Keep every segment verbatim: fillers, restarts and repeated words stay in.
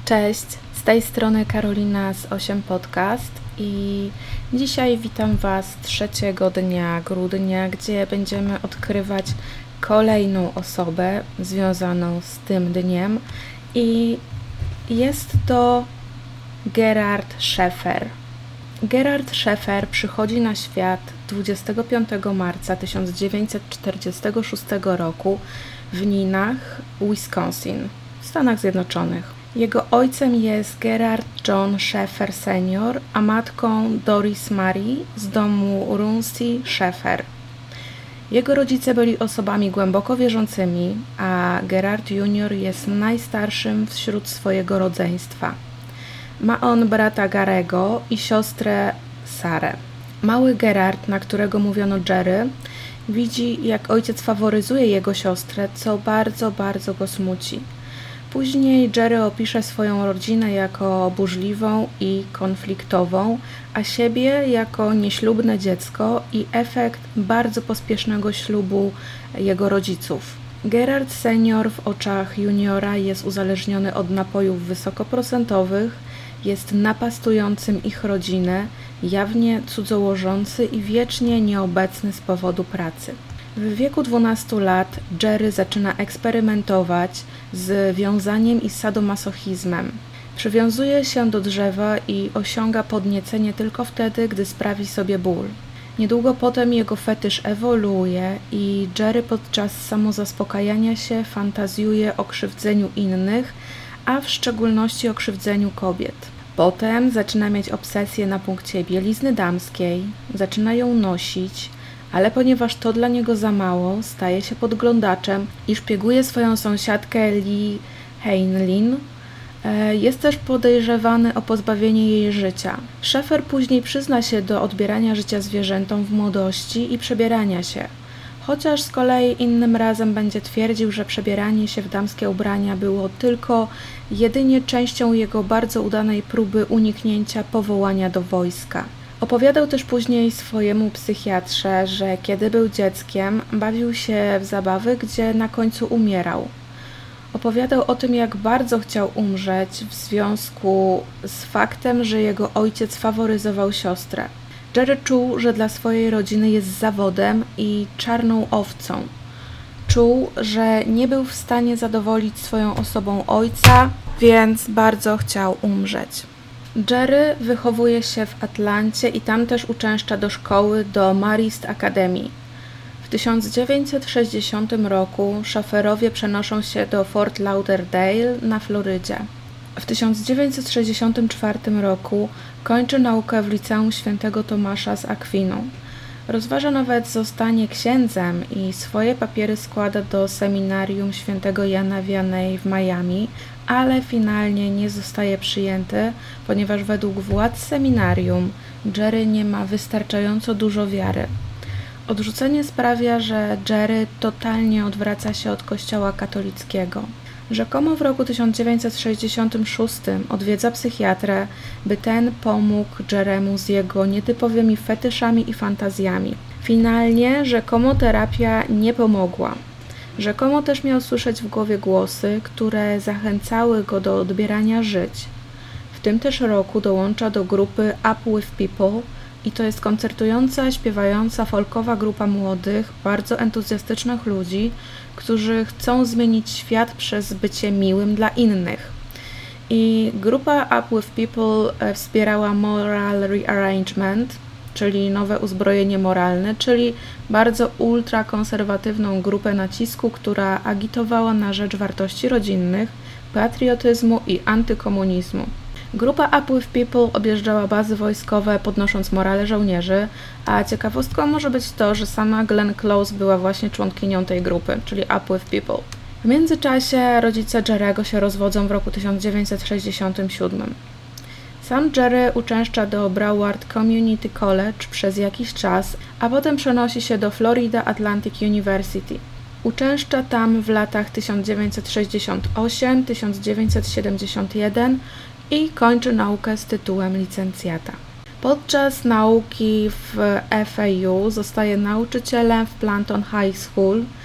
Cześć, z tej strony Karolina z osiem Podcast i dzisiaj witam Was trzeciego dnia grudnia, gdzie będziemy odkrywać kolejną osobę związaną z tym dniem i jest to Gerhard Schaeffer. Gerhard Schaeffer przychodzi na świat dwudziestego piątego marca tysiąc dziewięćset czterdziestego szóstego roku w Ninach, Wisconsin, w Stanach Zjednoczonych. Jego ojcem jest Gerhard John Schaeffer senior, a matką Doris Marie z domu Runcie Schaeffer. Jego rodzice byli osobami głęboko wierzącymi, a Gerhard junior jest najstarszym wśród swojego rodzeństwa. Ma on brata Garego i siostrę Sarę. Mały Gerhard, na którego mówiono Jerry, widzi, jak ojciec faworyzuje jego siostrę, co bardzo, bardzo go smuci. Później Jerry opisze swoją rodzinę jako burzliwą i konfliktową, a siebie jako nieślubne dziecko i efekt bardzo pospiesznego ślubu jego rodziców. Gerhard senior w oczach juniora jest uzależniony od napojów wysokoprocentowych, jest napastującym ich rodzinę, jawnie cudzołożący i wiecznie nieobecny z powodu pracy. W wieku dwunastu lat Jerry zaczyna eksperymentować z wiązaniem i sadomasochizmem. Przywiązuje się do drzewa i osiąga podniecenie tylko wtedy, gdy sprawi sobie ból. Niedługo potem jego fetysz ewoluuje i Jerry podczas samozaspokajania się fantazjuje o krzywdzeniu innych, a w szczególności o krzywdzeniu kobiet. Potem zaczyna mieć obsesję na punkcie bielizny damskiej, zaczyna ją nosić, ale ponieważ to dla niego za mało, staje się podglądaczem i szpieguje swoją sąsiadkę Lee Heinlein. Jest też podejrzewany o pozbawienie jej życia. Schaeffer później przyzna się do odbierania życia zwierzętom w młodości i przebierania się. Chociaż z kolei innym razem będzie twierdził, że przebieranie się w damskie ubrania było tylko jedynie częścią jego bardzo udanej próby uniknięcia powołania do wojska. Opowiadał też później swojemu psychiatrze, że kiedy był dzieckiem, bawił się w zabawy, gdzie na końcu umierał. Opowiadał o tym, jak bardzo chciał umrzeć w związku z faktem, że jego ojciec faworyzował siostrę. Jerry czuł, że dla swojej rodziny jest zawodem i czarną owcą. Czuł, że nie był w stanie zadowolić swoją osobą ojca, więc bardzo chciał umrzeć. Jerry wychowuje się w Atlancie i tam też uczęszcza do szkoły do Marist Academy. W tysiąc dziewięćset sześćdziesiątym roku Schaefferowie przenoszą się do Fort Lauderdale na Florydzie. W tysiąc dziewięćset sześćdziesiątym czwartym roku kończy naukę w Liceum Świętego Tomasza z Akwinu. Rozważa nawet zostanie księdzem i swoje papiery składa do seminarium Świętego Jana Vianney w Miami, ale finalnie nie zostaje przyjęty, ponieważ według władz seminarium Jerry nie ma wystarczająco dużo wiary. Odrzucenie sprawia, że Jerry totalnie odwraca się od kościoła katolickiego. Rzekomo w roku tysiąc dziewięćset sześćdziesiątym szóstym odwiedza psychiatrę, by ten pomógł Jeremu z jego nietypowymi fetyszami i fantazjami. Finalnie rzekomo terapia nie pomogła. Rzekomo też miał słyszeć w głowie głosy, które zachęcały go do odbierania żyć. W tym też roku dołącza do grupy Up With People i to jest koncertująca, śpiewająca folkowa grupa młodych, bardzo entuzjastycznych ludzi, którzy chcą zmienić świat przez bycie miłym dla innych. I grupa Up With People wspierała Moral Rearrangement, czyli nowe uzbrojenie moralne, czyli bardzo ultrakonserwatywną grupę nacisku, która agitowała na rzecz wartości rodzinnych, patriotyzmu i antykomunizmu. Grupa Up With People objeżdżała bazy wojskowe, podnosząc morale żołnierzy, a ciekawostką może być to, że sama Glenn Close była właśnie członkinią tej grupy, czyli Up With People. W międzyczasie rodzice Jerry'ego się rozwodzą w roku tysiąc dziewięćset sześćdziesiątym siódmym. Sam Jerry uczęszcza do Broward Community College przez jakiś czas, a potem przenosi się do Florida Atlantic University. Uczęszcza tam w latach tysiąc dziewięćset sześćdziesiątym ósmym do tysiąc dziewięćset siedemdziesiątego pierwszego i kończy naukę z tytułem licencjata. Podczas nauki w F A U zostaje nauczycielem w Planton High School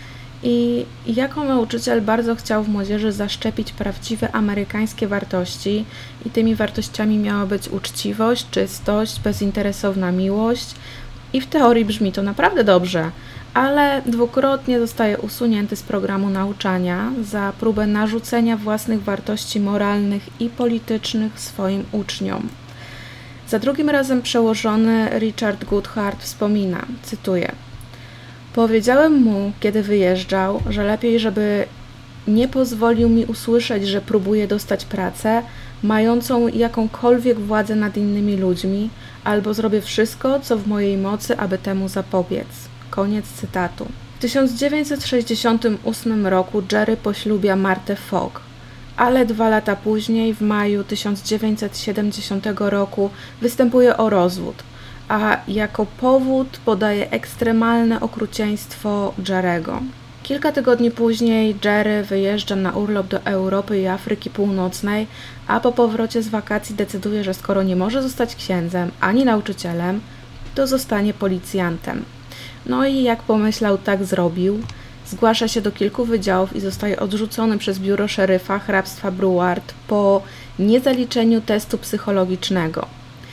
I jako nauczyciel bardzo chciał w młodzieży zaszczepić prawdziwe amerykańskie wartości i tymi wartościami miała być uczciwość, czystość, bezinteresowna miłość i w teorii brzmi to naprawdę dobrze, ale dwukrotnie zostaje usunięty z programu nauczania za próbę narzucenia własnych wartości moralnych i politycznych swoim uczniom. Za drugim razem przełożony Richard Goodhart wspomina, cytuję: powiedziałem mu, kiedy wyjeżdżał, że lepiej, żeby nie pozwolił mi usłyszeć, że próbuję dostać pracę, mającą jakąkolwiek władzę nad innymi ludźmi, albo zrobię wszystko, co w mojej mocy, aby temu zapobiec. Koniec cytatu. W tysiąc dziewięćset sześćdziesiątym ósmym roku Jerry poślubia Martę Fogg, ale dwa lata później, w maju tysiąc dziewięćset siedemdziesiątego roku, występuje o rozwód, a jako powód podaje ekstremalne okrucieństwo Jerry'ego. Kilka tygodni później Jerry wyjeżdża na urlop do Europy i Afryki Północnej, a po powrocie z wakacji decyduje, że skoro nie może zostać księdzem ani nauczycielem, to zostanie policjantem. No i jak pomyślał, tak zrobił. Zgłasza się do kilku wydziałów i zostaje odrzucony przez biuro szeryfa hrabstwa Broward po niezaliczeniu testu psychologicznego.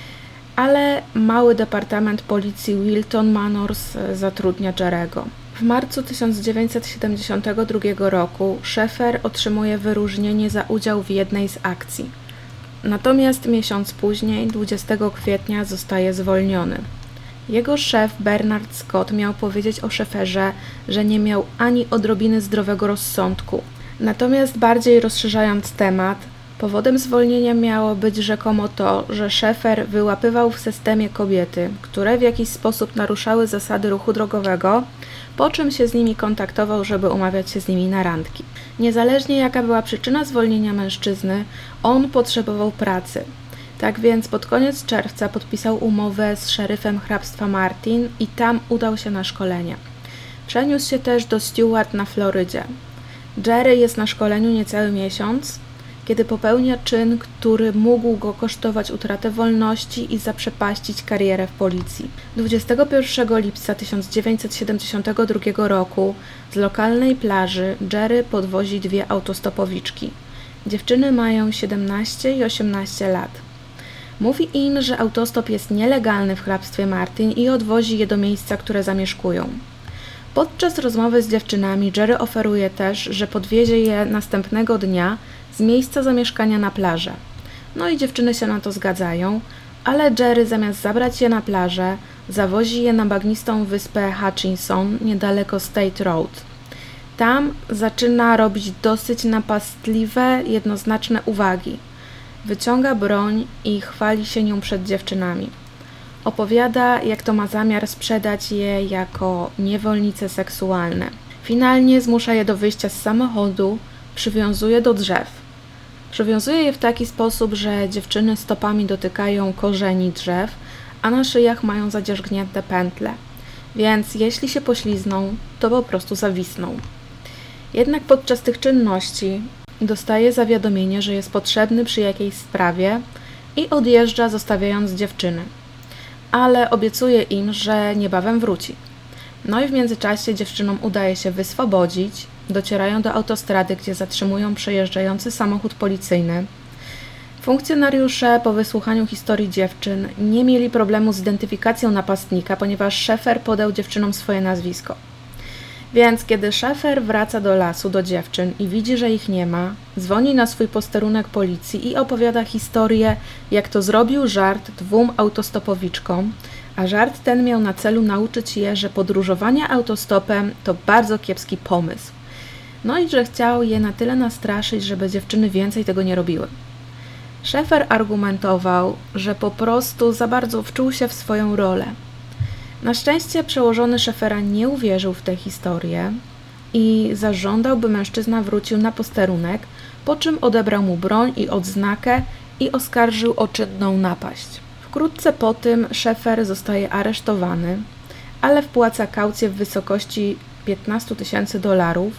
Ale mały departament policji Wilton Manors zatrudnia Jerry'ego. W marcu tysiąc dziewięćset siedemdziesiątego drugiego roku Schaeffer otrzymuje wyróżnienie za udział w jednej z akcji. Natomiast miesiąc później, dwudziestego kwietnia, zostaje zwolniony. Jego szef Bernard Scott miał powiedzieć o Schaefferze, że nie miał ani odrobiny zdrowego rozsądku. Natomiast bardziej rozszerzając temat, powodem zwolnienia miało być rzekomo to, że Schaeffer wyłapywał w systemie kobiety, które w jakiś sposób naruszały zasady ruchu drogowego, po czym się z nimi kontaktował, żeby umawiać się z nimi na randki. Niezależnie jaka była przyczyna zwolnienia mężczyzny, on potrzebował pracy. Tak więc pod koniec czerwca podpisał umowę z szeryfem hrabstwa Martin i tam udał się na szkolenie. Przeniósł się też do Stewart na Florydzie. Jerry jest na szkoleniu niecały miesiąc, kiedy popełnia czyn, który mógł go kosztować utratę wolności i zaprzepaścić karierę w policji. dwudziestego pierwszego lipca tysiąc dziewięćset siedemdziesiątego drugiego roku z lokalnej plaży Jerry podwozi dwie autostopowiczki. Dziewczyny mają siedemnaście i osiemnaście lat. Mówi im, że autostop jest nielegalny w hrabstwie Martin i odwozi je do miejsca, które zamieszkują. Podczas rozmowy z dziewczynami Jerry oferuje też, że podwiezie je następnego dnia z miejsca zamieszkania na plażę. No i dziewczyny się na to zgadzają, ale Jerry zamiast zabrać je na plażę, zawozi je na bagnistą wyspę Hutchinson niedaleko State Road. Tam zaczyna robić dosyć napastliwe, jednoznaczne uwagi. Wyciąga broń i chwali się nią przed dziewczynami. Opowiada, jak to ma zamiar sprzedać je jako niewolnice seksualne. Finalnie zmusza je do wyjścia z samochodu, przywiązuje do drzew. Przywiązuje je w taki sposób, że dziewczyny stopami dotykają korzeni drzew, a na szyjach mają zadzierzgnięte pętle. Więc jeśli się poślizgną, to po prostu zawisną. Jednak podczas tych czynności dostaje zawiadomienie, że jest potrzebny przy jakiejś sprawie i odjeżdża, zostawiając dziewczyny. Ale obiecuje im, że niebawem wróci. No i w międzyczasie dziewczynom udaje się wyswobodzić, docierają do autostrady, gdzie zatrzymują przejeżdżający samochód policyjny. Funkcjonariusze po wysłuchaniu historii dziewczyn nie mieli problemu z identyfikacją napastnika, ponieważ Schaeffer podał dziewczynom swoje nazwisko. Więc kiedy Schaeffer wraca do lasu do dziewczyn i widzi, że ich nie ma, dzwoni na swój posterunek policji i opowiada historię, jak to zrobił żart dwóm autostopowiczkom, a żart ten miał na celu nauczyć je, że podróżowanie autostopem to bardzo kiepski pomysł. No i że chciał je na tyle nastraszyć, żeby dziewczyny więcej tego nie robiły. Schaeffer argumentował, że po prostu za bardzo wczuł się w swoją rolę. Na szczęście przełożony Schaeffera nie uwierzył w tę historię i zażądał, by mężczyzna wrócił na posterunek, po czym odebrał mu broń i odznakę i oskarżył o czynną napaść. Wkrótce po tym Schaeffer zostaje aresztowany, ale wpłaca kaucję w wysokości piętnaście tysięcy dolarów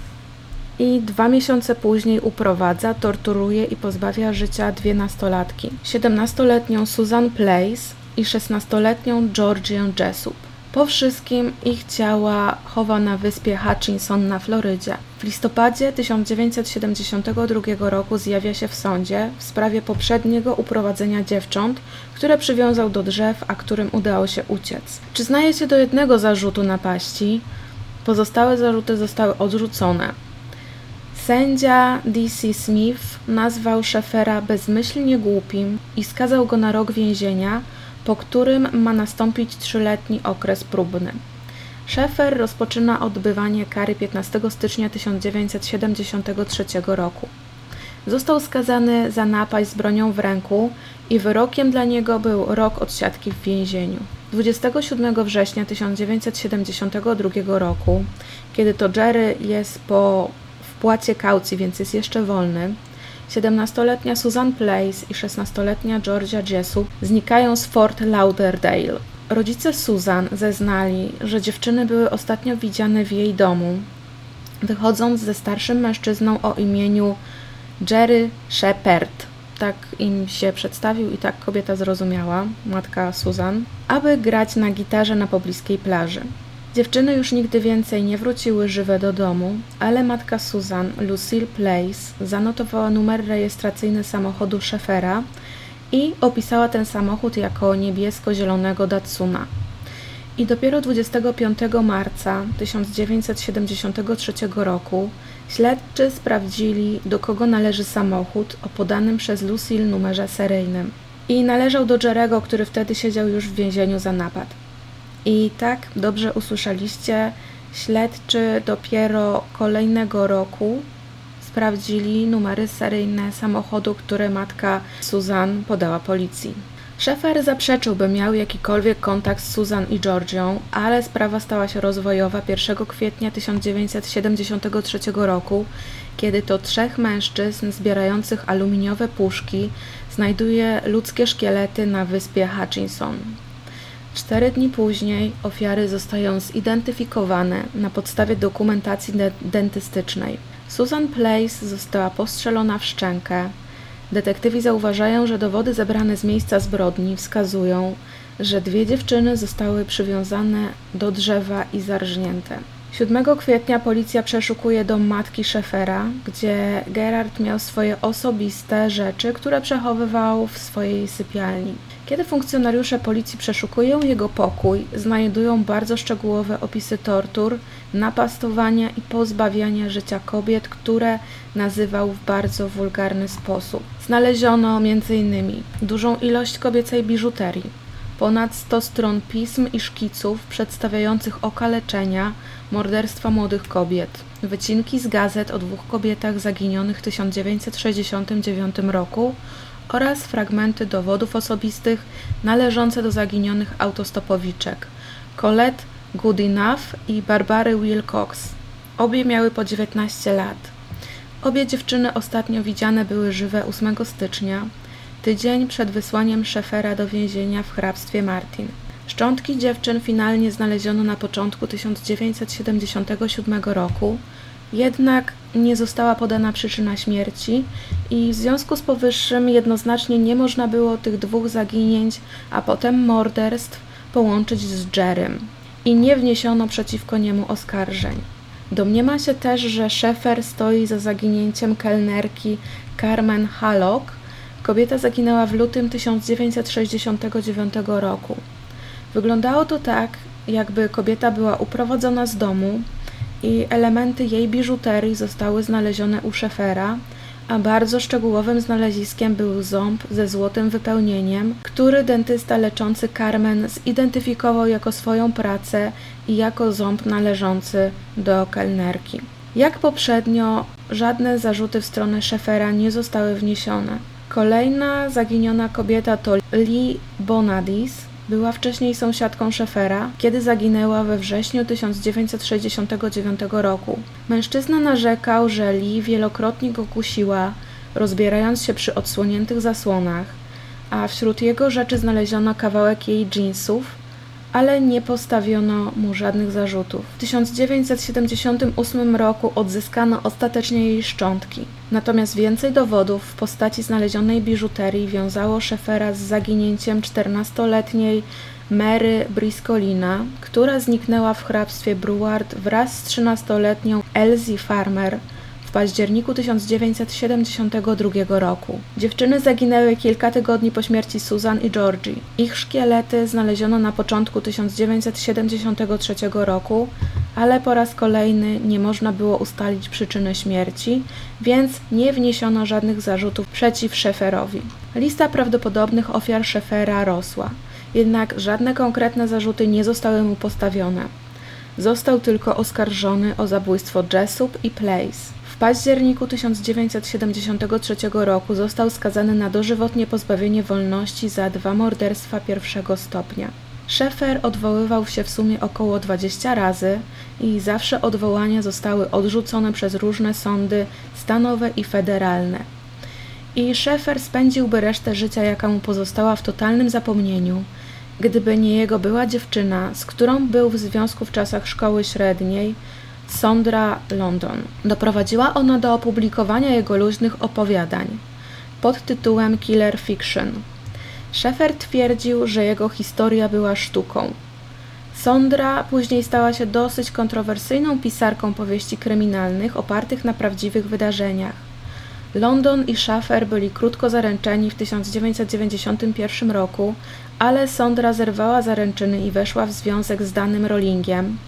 i dwa miesiące później uprowadza, torturuje i pozbawia życia dwie nastolatki. siedemnastoletnią Susan Place i szesnastoletnią Georgię Jessup. Po wszystkim ich ciała chowa na wyspie Hutchinson na Florydzie. W listopadzie tysiąc dziewięćset siedemdziesiątego drugiego roku zjawia się w sądzie w sprawie poprzedniego uprowadzenia dziewcząt, które przywiązał do drzew, a którym udało się uciec. Przyznaje się do jednego zarzutu napaści, pozostałe zarzuty zostały odrzucone. Sędzia D C Smith nazwał Sheffera bezmyślnie głupim i skazał go na rok więzienia, po którym ma nastąpić trzyletni okres próbny. Sheffer rozpoczyna odbywanie kary piętnastego stycznia tysiąc dziewięćset siedemdziesiątego trzeciego roku. Został skazany za napaść z bronią w ręku i wyrokiem dla niego był rok odsiadki w więzieniu. dwudziestego siódmego września tysiąc dziewięćset siedemdziesiątego drugiego roku, kiedy to Jerry jest po wpłacie kaucji, więc jest jeszcze wolny, siedemnastoletnia Susan Place i szesnastoletnia Georgia Jessup znikają z Fort Lauderdale. Rodzice Susan zeznali, że dziewczyny były ostatnio widziane w jej domu, wychodząc ze starszym mężczyzną o imieniu Jerry Shepherd. Tak im się przedstawił i tak kobieta zrozumiała, matka Susan, aby grać na gitarze na pobliskiej plaży. Dziewczyny już nigdy więcej nie wróciły żywe do domu, ale matka Susan, Lucille Place, zanotowała numer rejestracyjny samochodu Sheffera i opisała ten samochód jako niebiesko-zielonego Datsuna. I dopiero dwudziestego piątego marca tysiąc dziewięćset siedemdziesiątego trzeciego roku śledczy sprawdzili, do kogo należy samochód o podanym przez Lucille numerze seryjnym. I należał do Jerego, który wtedy siedział już w więzieniu za napad. I tak, dobrze usłyszeliście, śledczy dopiero kolejnego roku sprawdzili numery seryjne samochodu, które matka Susan podała policji. Sheffer zaprzeczył, by miał jakikolwiek kontakt z Susan i Georgią, ale sprawa stała się rozwojowa pierwszego kwietnia tysiąc dziewięćset siedemdziesiątego trzeciego roku, kiedy to trzech mężczyzn zbierających aluminiowe puszki znajduje ludzkie szkielety na wyspie Hutchinson. Cztery dni później ofiary zostają zidentyfikowane na podstawie dokumentacji de- dentystycznej. Susan Place została postrzelona w szczękę. Detektywi zauważają, że dowody zebrane z miejsca zbrodni wskazują, że dwie dziewczyny zostały przywiązane do drzewa i zarżnięte. siódmego kwietnia policja przeszukuje dom matki Sheffera, gdzie Gerard miał swoje osobiste rzeczy, które przechowywał w swojej sypialni. Kiedy funkcjonariusze policji przeszukują jego pokój, znajdują bardzo szczegółowe opisy tortur, napastowania i pozbawiania życia kobiet, które nazywał w bardzo wulgarny sposób. Znaleziono między innymi dużą ilość kobiecej biżuterii, ponad sto stron pism i szkiców przedstawiających okaleczenia, morderstwa młodych kobiet, wycinki z gazet o dwóch kobietach zaginionych w tysiąc dziewięćset sześćdziesiątym dziewiątym roku oraz fragmenty dowodów osobistych należące do zaginionych autostopowiczek Colette Goodenough i Barbary Wilcox. Obie miały po dziewiętnaście lat. Obie dziewczyny ostatnio widziane były żywe ósmego stycznia, tydzień przed wysłaniem Sheffera do więzienia w hrabstwie Martin. Szczątki dziewczyn finalnie znaleziono na początku tysiąc dziewięćset siedemdziesiątego siódmego roku, jednak nie została podana przyczyna śmierci i w związku z powyższym jednoznacznie nie można było tych dwóch zaginięć, a potem morderstw połączyć z Jerrym i nie wniesiono przeciwko niemu oskarżeń. Domniema się też, że Sheffer stoi za zaginięciem kelnerki Carmen Hallock. Kobieta zaginęła w lutym tysiąc dziewięćset sześćdziesiątego dziewiątego roku. Wyglądało to tak, jakby kobieta była uprowadzona z domu i elementy jej biżuterii zostały znalezione u Sheffera, a bardzo szczegółowym znaleziskiem był ząb ze złotym wypełnieniem, który dentysta leczący Carmen zidentyfikował jako swoją pracę i jako ząb należący do kelnerki. Jak poprzednio, żadne zarzuty w stronę Sheffera nie zostały wniesione. Kolejna zaginiona kobieta to Lee Bonadis. Była wcześniej sąsiadką Sheffera, kiedy zaginęła we wrześniu tysiąc dziewięćset sześćdziesiątego dziewiątego roku. Mężczyzna narzekał, że Lee wielokrotnie go kusiła, rozbierając się przy odsłoniętych zasłonach, a wśród jego rzeczy znaleziono kawałek jej dżinsów, ale nie postawiono mu żadnych zarzutów. W tysiąc dziewięćset siedemdziesiątym ósmym roku odzyskano ostatecznie jej szczątki. Natomiast więcej dowodów w postaci znalezionej biżuterii wiązało Sheffera z zaginięciem czternastoletniej Mary Briscolina, która zniknęła w hrabstwie Broward wraz z trzynastoletnią Elsie Farmer w październiku tysiąc dziewięćset siedemdziesiątego drugiego roku. Dziewczyny zaginęły kilka tygodni po śmierci Susan i Georgie. Ich szkielety znaleziono na początku tysiąc dziewięćset siedemdziesiątego trzeciego roku, ale po raz kolejny nie można było ustalić przyczyny śmierci, więc nie wniesiono żadnych zarzutów przeciw Schaefferowi. Lista prawdopodobnych ofiar Schaeffera rosła, jednak żadne konkretne zarzuty nie zostały mu postawione. Został tylko oskarżony o zabójstwo Jessup i Place. W październiku tysiąc dziewięćset siedemdziesiątego trzeciego roku został skazany na dożywotnie pozbawienie wolności za dwa morderstwa pierwszego stopnia. Schaeffer odwoływał się w sumie około dwadzieścia razy i zawsze odwołania zostały odrzucone przez różne sądy stanowe i federalne. I Schaeffer spędziłby resztę życia, jaka mu pozostała, w totalnym zapomnieniu, gdyby nie jego była dziewczyna, z którą był w związku w czasach szkoły średniej, Sondra London. Doprowadziła ona do opublikowania jego luźnych opowiadań pod tytułem Killer Fiction. Schaeffer twierdził, że jego historia była sztuką. Sondra później stała się dosyć kontrowersyjną pisarką powieści kryminalnych opartych na prawdziwych wydarzeniach. London i Schaeffer byli krótko zaręczeni w tysiąc dziewięćset dziewięćdziesiątym pierwszym roku, ale Sondra zerwała zaręczyny i weszła w związek z Danym Rollingiem.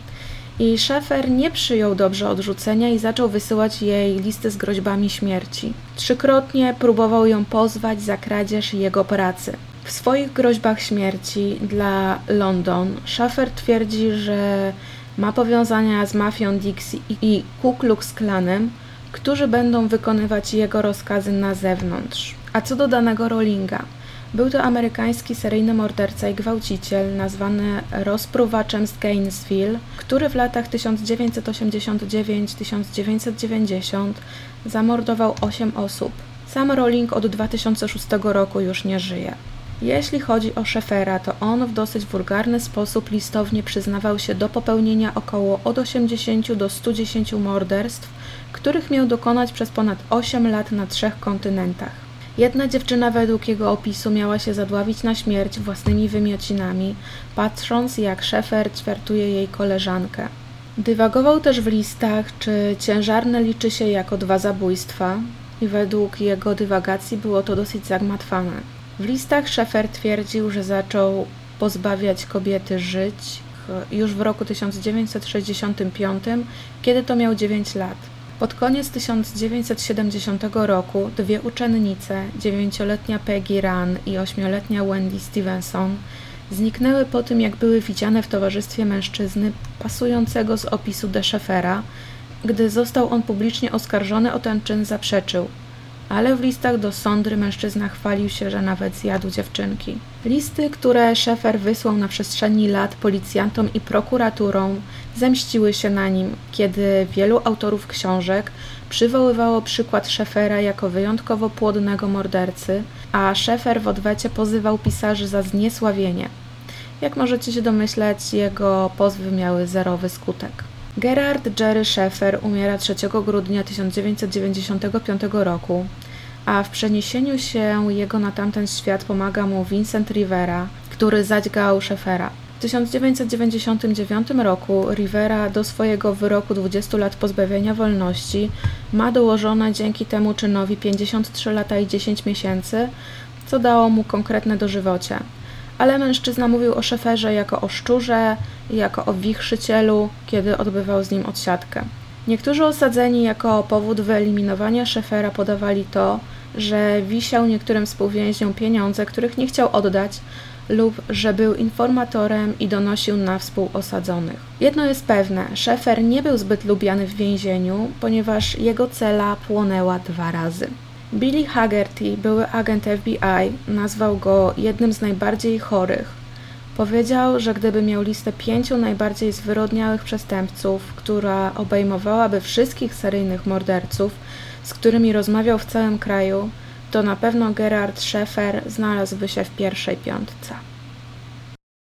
I Schaeffer nie przyjął dobrze odrzucenia i zaczął wysyłać jej listy z groźbami śmierci. Trzykrotnie próbował ją pozwać za kradzież jego pracy. W swoich groźbach śmierci dla London Schaeffer twierdzi, że ma powiązania z mafią Dixie i Ku Klux Klanem, którzy będą wykonywać jego rozkazy na zewnątrz. A co do Danego Rollinga? Był to amerykański seryjny morderca i gwałciciel nazwany rozpruwaczem z Gainesville, który w latach tysiąc dziewięćset osiemdziesiąt dziewięć do tysiąc dziewięćset dziewięćdziesiąt zamordował osiem osób. Sam Rolling od dwa tysiące szóstego roku już nie żyje. Jeśli chodzi o Schaeffera, to on w dosyć wulgarny sposób listownie przyznawał się do popełnienia około od osiemdziesięciu do stu dziesięciu morderstw, których miał dokonać przez ponad osiem lat na trzech kontynentach. Jedna dziewczyna według jego opisu miała się zadławić na śmierć własnymi wymiocinami, patrząc jak Schaeffer ćwiartuje jej koleżankę. Dywagował też w listach, czy ciężarne liczy się jako dwa zabójstwa i według jego dywagacji było to dosyć zagmatwane. W listach Schaeffer twierdził, że zaczął pozbawiać kobiety żyć już w roku tysiąc dziewięćset sześćdziesiątym piątym, kiedy to miał dziewięć lat. Pod koniec tysiąc dziewięćset siedemdziesiątego roku dwie uczennice, dziewięcioletnia Peggy Runn i ośmioletnia Wendy Stevenson, zniknęły po tym, jak były widziane w towarzystwie mężczyzny pasującego z opisu de Schaeffera. Gdy został on publicznie oskarżony o ten czyn, zaprzeczył, ale w listach do Sondry mężczyzna chwalił się, że nawet zjadł dziewczynki. Listy, które Schaeffer wysłał na przestrzeni lat policjantom i prokuraturom, zemściły się na nim, kiedy wielu autorów książek przywoływało przykład Schaeffera jako wyjątkowo płodnego mordercy, a Schaeffer w odwecie pozywał pisarzy za zniesławienie. Jak możecie się domyśleć, jego pozwy miały zerowy skutek. Gerard Jerry Schaeffer umiera trzeciego grudnia tysiąc dziewięćset dziewięćdziesiątego piątego roku, a w przeniesieniu się jego na tamten świat pomaga mu Vincent Rivera, który zadźgał Schaeffera. W tysiąc dziewięćset dziewięćdziesiątym dziewiątym roku Rivera do swojego wyroku dwudziestu lat pozbawienia wolności ma dołożone dzięki temu czynowi pięćdziesiąt trzy lata i dziesięć miesięcy, co dało mu konkretne dożywocie. Ale mężczyzna mówił o Schaefferze jako o szczurze i jako o wichrzycielu, kiedy odbywał z nim odsiadkę. Niektórzy osadzeni jako powód wyeliminowania Schaeffera podawali to, że wisiał niektórym współwięźniom pieniądze, których nie chciał oddać, lub że był informatorem i donosił na współosadzonych. Jedno jest pewne, Schaeffer nie był zbyt lubiany w więzieniu, ponieważ jego cela płonęła dwa razy. Billy Haggerty, były agent F B I, nazwał go jednym z najbardziej chorych. Powiedział, że gdyby miał listę pięciu najbardziej zwyrodniałych przestępców, która obejmowałaby wszystkich seryjnych morderców, z którymi rozmawiał w całym kraju, to na pewno Gerard Schaeffer znalazłby się w pierwszej piątce.